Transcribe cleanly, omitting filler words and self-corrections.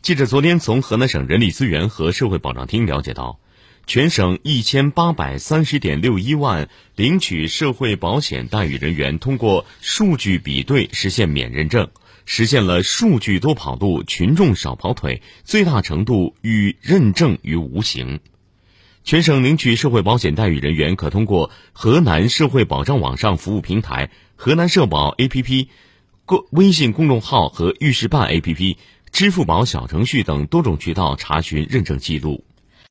记者昨天从河南省人力资源和社会保障厅了解到，全省1830.61万领取社会保险待遇人员通过数据比对实现免认证，实现了数据多跑路、群众少跑腿，最大程度与认证于无形。全省领取社会保险待遇人员可通过河南社会保障网上服务平台、河南社保 APP、微信公众号和遇事办 APP、支付宝小程序等多种渠道查询认证记录。